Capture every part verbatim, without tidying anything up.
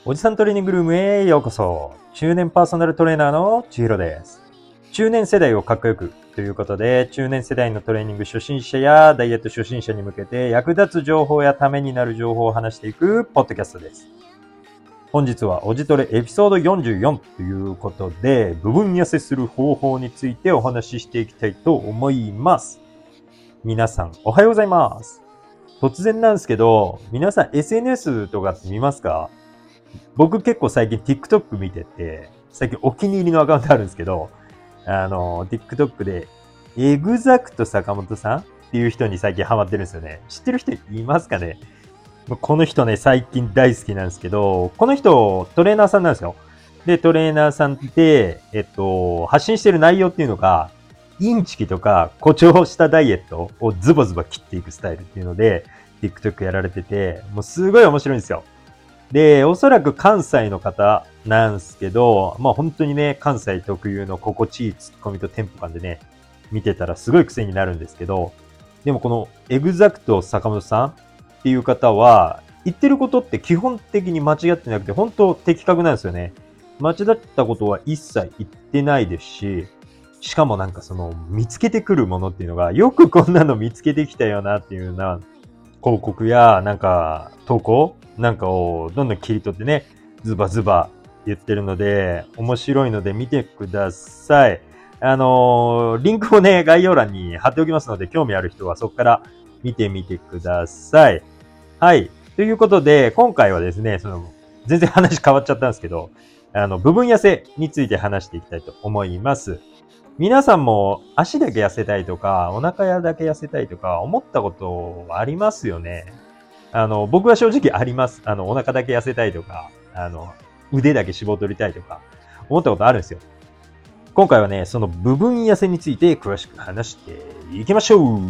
おじさんトレーニングルームへようこそ。中年パーソナルトレーナーの千尋です。中年世代をかっこよくということで、中年世代のトレーニング初心者やダイエット初心者に向けて役立つ情報やためになる情報を話していくポッドキャストです。本日はおじトレエピソードよんじゅうよんということで、部分痩せする方法についてお話ししていきたいと思います。皆さんおはようございます。突然なんですけど、皆さん エスエヌエス とかって見ますか？僕結構最近 TikTok 見てて、最近お気に入りのアカウントあるんですけど、あの、TikTok で、エグザクト坂本さんっていう人に最近ハマってるんですよね。知ってる人いますかね？この人ね、最近大好きなんですけど、この人、トレーナーさんなんですよ。で、トレーナーさんで、えっと、発信してる内容っていうのが、インチキとか誇張したダイエットをズボズボ切っていくスタイルっていうので、TikTok やられてて、もうすごい面白いんですよ。で、おそらく関西の方なんですけど、まあ本当にね、関西特有の心地いいツッコミとテンポ感でね、見てたらすごい癖になるんですけど、でもこのエグザクト坂本さんっていう方は、言ってることって基本的に間違ってなくて、本当的確なんですよね。間違ったことは一切言ってないですし、しかもなんかその見つけてくるものっていうのが、よくこんなの見つけてきたよなっていうような広告やなんか投稿なんかをどんどん切り取ってね、ズバズバ言ってるので、面白いので見てください。あのー、リンクをね、概要欄に貼っておきますので、興味ある人はそこから見てみてください。はい。ということで、今回はですね、その、全然話変わっちゃったんですけど、あの、部分痩せについて話していきたいと思います。皆さんも足だけ痩せたいとか、お腹だけ痩せたいとか、思ったことありますよね。あの、僕は正直あります。あの、お腹だけ痩せたいとか、あの、腕だけ脂肪取りたいとか、思ったことあるんですよ。今回はね、その部分痩せについて詳しく話していきましょう。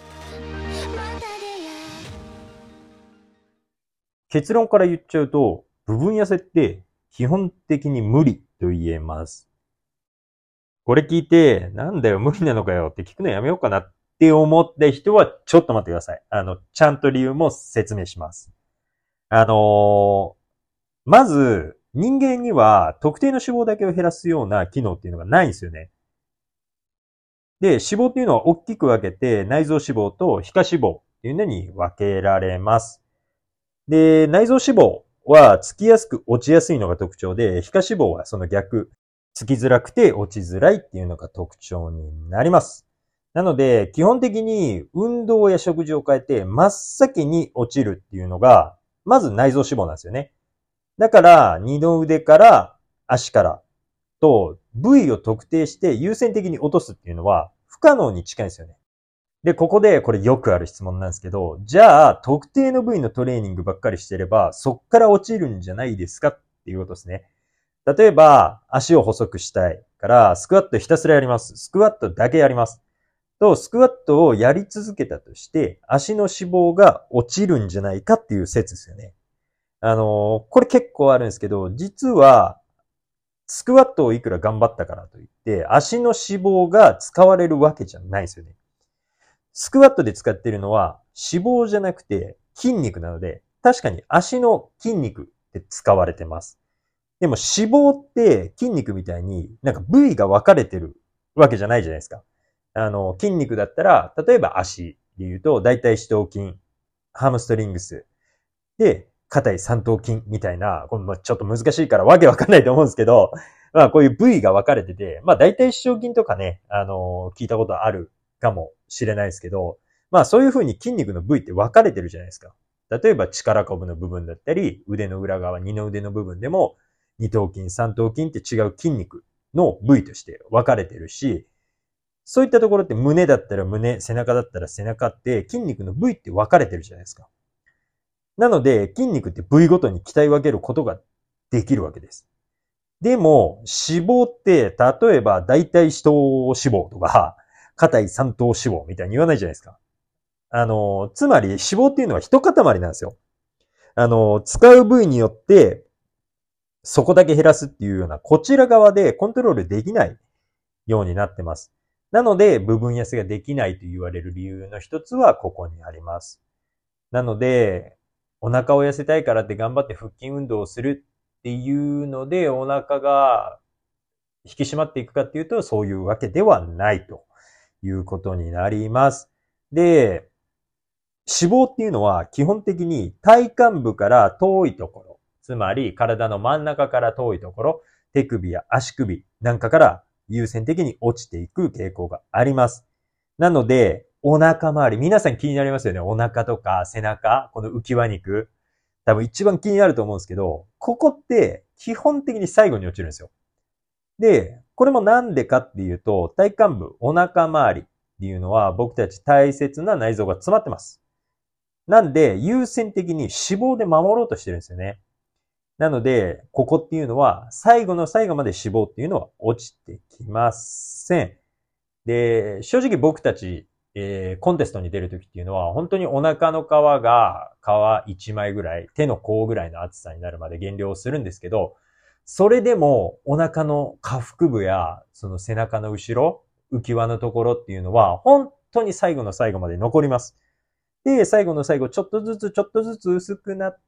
結論から言っちゃうと、部分痩せって基本的に無理と言えます。これ聞いて、なんだよ、無理なのかよって聞くのやめようかなって思った人は、ちょっと待ってください。あの、ちゃんと理由も説明します。あのー、まず、人間には特定の脂肪だけを減らすような機能っていうのがないんですよね。で、脂肪っていうのは大きく分けて、内臓脂肪と皮下脂肪っていうのに分けられます。で、内臓脂肪はつきやすく落ちやすいのが特徴で、皮下脂肪はその逆、つきづらくて落ちづらいっていうのが特徴になります。なので、基本的に運動や食事を変えて真っ先に落ちるっていうのが、まず内臓脂肪なんですよね。だから、二の腕から足からと部位を特定して優先的に落とすっていうのは不可能に近いんですよね。で、ここでこれよくある質問なんですけど、じゃあ特定の部位のトレーニングばっかりしてればそっから落ちるんじゃないですかっていうことですね。例えば足を細くしたいからスクワットひたすらやります。スクワットだけやります。と、スクワットをやり続けたとして足の脂肪が落ちるんじゃないかっていう説ですよね。あのー、これ結構あるんですけど、実はスクワットをいくら頑張ったからといって足の脂肪が使われるわけじゃないんですよね。スクワットで使っているのは脂肪じゃなくて筋肉なので、確かに足の筋肉で使われてます。でも脂肪って筋肉みたいになんか部位が分かれてるわけじゃないじゃないですか。あの、筋肉だったら、例えば足で言うと、大腿四頭筋、ハムストリングス、で、肩位三頭筋みたいな、これちょっと難しいからわけわかんないと思うんですけど、まあこういう部位が分かれてて、まあ大腿四頭筋とかね、あのー、聞いたことあるかもしれないですけど、まあそういう風に筋肉の部位って分かれてるじゃないですか。例えば力こぶの部分だったり、腕の裏側、二の腕の部分でも、二頭筋、三頭筋って違う筋肉の部位として分かれてるし、そういったところって胸だったら胸、背中だったら背中って筋肉の部位って分かれてるじゃないですか。なので、筋肉って部位ごとに鍛え分けることができるわけです。でも、脂肪って、例えば、大腿四頭脂肪とか、肩位三頭脂肪みたいに言わないじゃないですか。あの、つまり脂肪っていうのは一塊なんですよ。あの、使う部位によって、そこだけ減らすっていうような、こちら側でコントロールできないようになってます。なので、部分痩せができないと言われる理由の一つはここにあります。なので、お腹を痩せたいからって頑張って腹筋運動をするっていうのでお腹が引き締まっていくかっていうとそういうわけではないということになります。で、脂肪っていうのは基本的に体幹部から遠いところ、つまり体の真ん中から遠いところ、手首や足首なんかから優先的に落ちていく傾向があります。なので、お腹周り、皆さん気になりますよね。お腹とか背中、この浮き輪肉。多分一番気になると思うんですけど、ここって基本的に最後に落ちるんですよ。で、これもなんでかっていうと、体幹部、お腹周りっていうのは僕たち大切な内臓が詰まってます。なんで、優先的に脂肪で守ろうとしてるんですよね。なので、ここっていうのは、最後の最後まで脂肪っていうのは落ちてきません。で、正直僕たち、えー、コンテストに出るときっていうのは、本当にお腹の皮が皮いちまいぐらい、手の甲ぐらいの厚さになるまで減量するんですけど、それでもお腹の下腹部やその背中の後ろ、浮き輪のところっていうのは、本当に最後の最後まで残ります。で、最後の最後、ちょっとずつちょっとずつ薄くなって、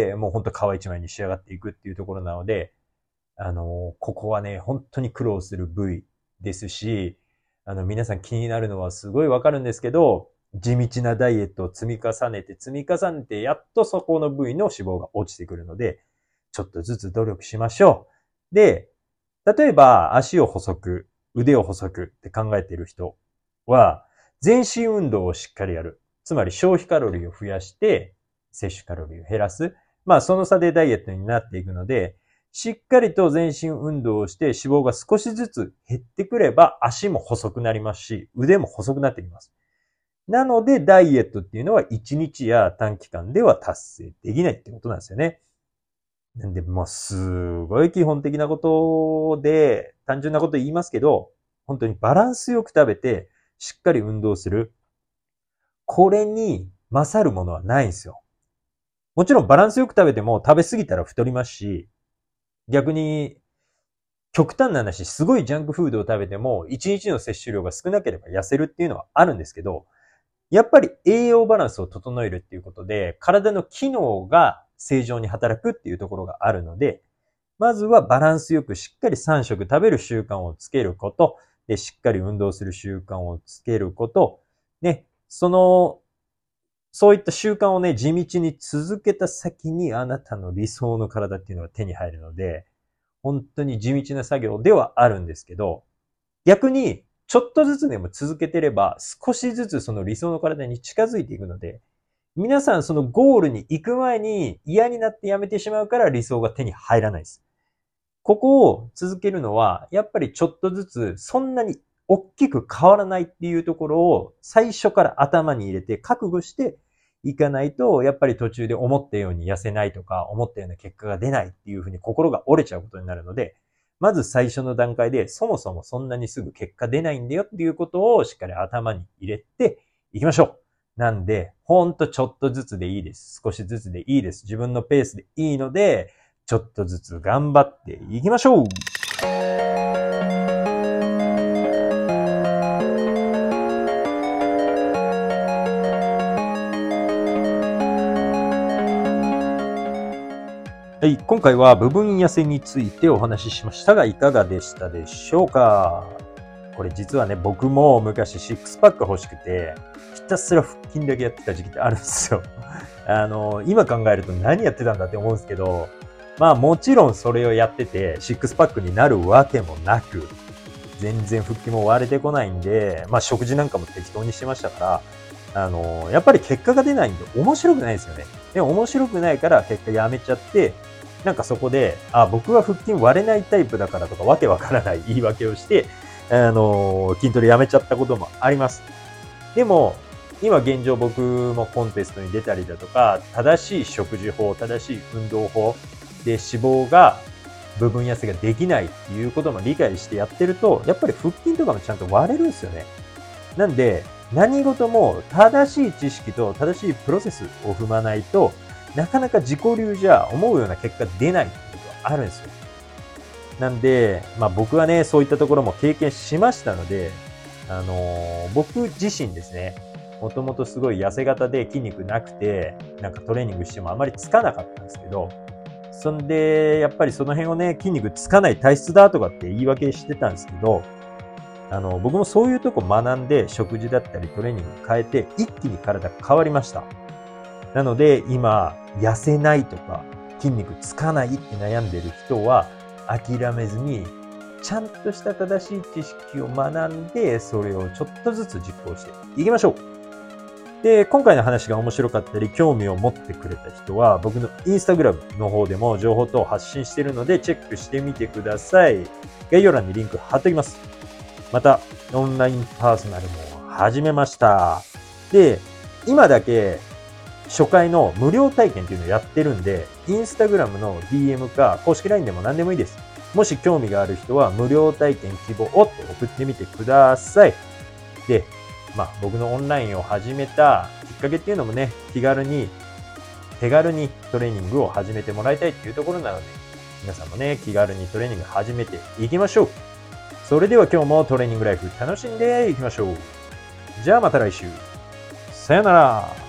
もうほんと皮一枚に仕上がっていくっていうところなので、あの、ここはね、本当に苦労する部位ですし、あの、皆さん気になるのはすごいわかるんですけど、地道なダイエットを積み重ねて積み重ねて、やっとそこの部位の脂肪が落ちてくるので、ちょっとずつ努力しましょう。で、例えば足を細く、腕を細くって考えている人は、全身運動をしっかりやる。つまり消費カロリーを増やして摂取カロリーを減らす。まあその差でダイエットになっていくので、しっかりと全身運動をして脂肪が少しずつ減ってくれば足も細くなりますし、腕も細くなってきます。なのでダイエットっていうのはいちにちや短期間では達成できないってことなんですよね。なんで、まあすごい基本的なことで単純なこと言いますけど、本当にバランスよく食べてしっかり運動する。これに勝るものはないんですよ。もちろんバランスよく食べても食べ過ぎたら太りますし、逆に極端な話、すごいジャンクフードを食べてもいちにちの摂取量が少なければ痩せるっていうのはあるんですけど、やっぱり栄養バランスを整えるっていうことで、体の機能が正常に働くっていうところがあるので、まずはバランスよくしっかりさん食食べる習慣をつけること、で、しっかり運動する習慣をつけること、ね、その、そういった習慣をね、地道に続けた先にあなたの理想の体っていうのが手に入るので、本当に地道な作業ではあるんですけど、逆にちょっとずつでも続けてれば少しずつその理想の体に近づいていくので、皆さんそのゴールに行く前に嫌になってやめてしまうから理想が手に入らないです。ここを続けるのは、やっぱりちょっとずつそんなに大きく変わらないっていうところを最初から頭に入れて覚悟していかないと、やっぱり途中で思ったように痩せないとか、思ったような結果が出ないっていうふうに心が折れちゃうことになるので、まず最初の段階でそもそもそんなにすぐ結果出ないんだよっていうことをしっかり頭に入れていきましょう。なんで、ほんとちょっとずつでいいです。少しずつでいいです。自分のペースでいいので、ちょっとずつ頑張っていきましょう。はい、今回は部分痩せについてお話ししましたが、いかがでしたでしょうか。これ実はね、僕も昔シックスパック欲しくて、ひたすら腹筋だけやってた時期ってあるんですよ。あの、今考えると何やってたんだって思うんですけど、まあもちろんそれをやってて、シックスパックになるわけもなく、全然腹筋も割れてこないんで、まあ食事なんかも適当にしてましたから、あの、やっぱり結果が出ないんで面白くないですよね。でも面白くないから結果やめちゃって、なんかそこで、あ、僕は腹筋割れないタイプだからとかわけわからない言い訳をして、あの、筋トレやめちゃったこともあります。でも、今現状僕もコンテストに出たりだとか、正しい食事法、正しい運動法で脂肪が部分痩せができないっていうことも理解してやってると、やっぱり腹筋とかもちゃんと割れるんですよね。なんで、何事も正しい知識と正しいプロセスを踏まないと、なかなか自己流じゃ思うような結果出ないってことがあるんですよ。なんで、まあ僕はね、そういったところも経験しましたので、あのー、僕自身ですね、もともとすごい痩せ型で筋肉なくて、なんかトレーニングしてもあまりつかなかったんですけど、 そんで、やっぱりその辺をね、筋肉つかない体質だとかって言い訳してたんですけど、あの、僕もそういうとこ学んで、食事だったりトレーニング変えて、一気に体変わりました。なので、今、痩せないとか、筋肉つかないって悩んでる人は、諦めずに、ちゃんとした正しい知識を学んで、それをちょっとずつ実行していきましょう。で、今回の話が面白かったり、興味を持ってくれた人は、僕のインスタグラムの方でも情報等を発信しているので、チェックしてみてください。概要欄にリンク貼っておきます。また、オンラインパーソナルも始めました。で、今だけ初回の無料体験っていうのをやってるんで、インスタグラムの ディーエム か公式 ライン でも何でもいいです。もし興味がある人は無料体験希望をって送ってみてください。で、まあ僕のオンラインを始めたきっかけっていうのもね、気軽に、手軽にトレーニングを始めてもらいたいっていうところなので、皆さんもね、気軽にトレーニング始めていきましょう。それでは今日もトレーニングライフ楽しんでいきましょう。じゃあまた来週。さよなら。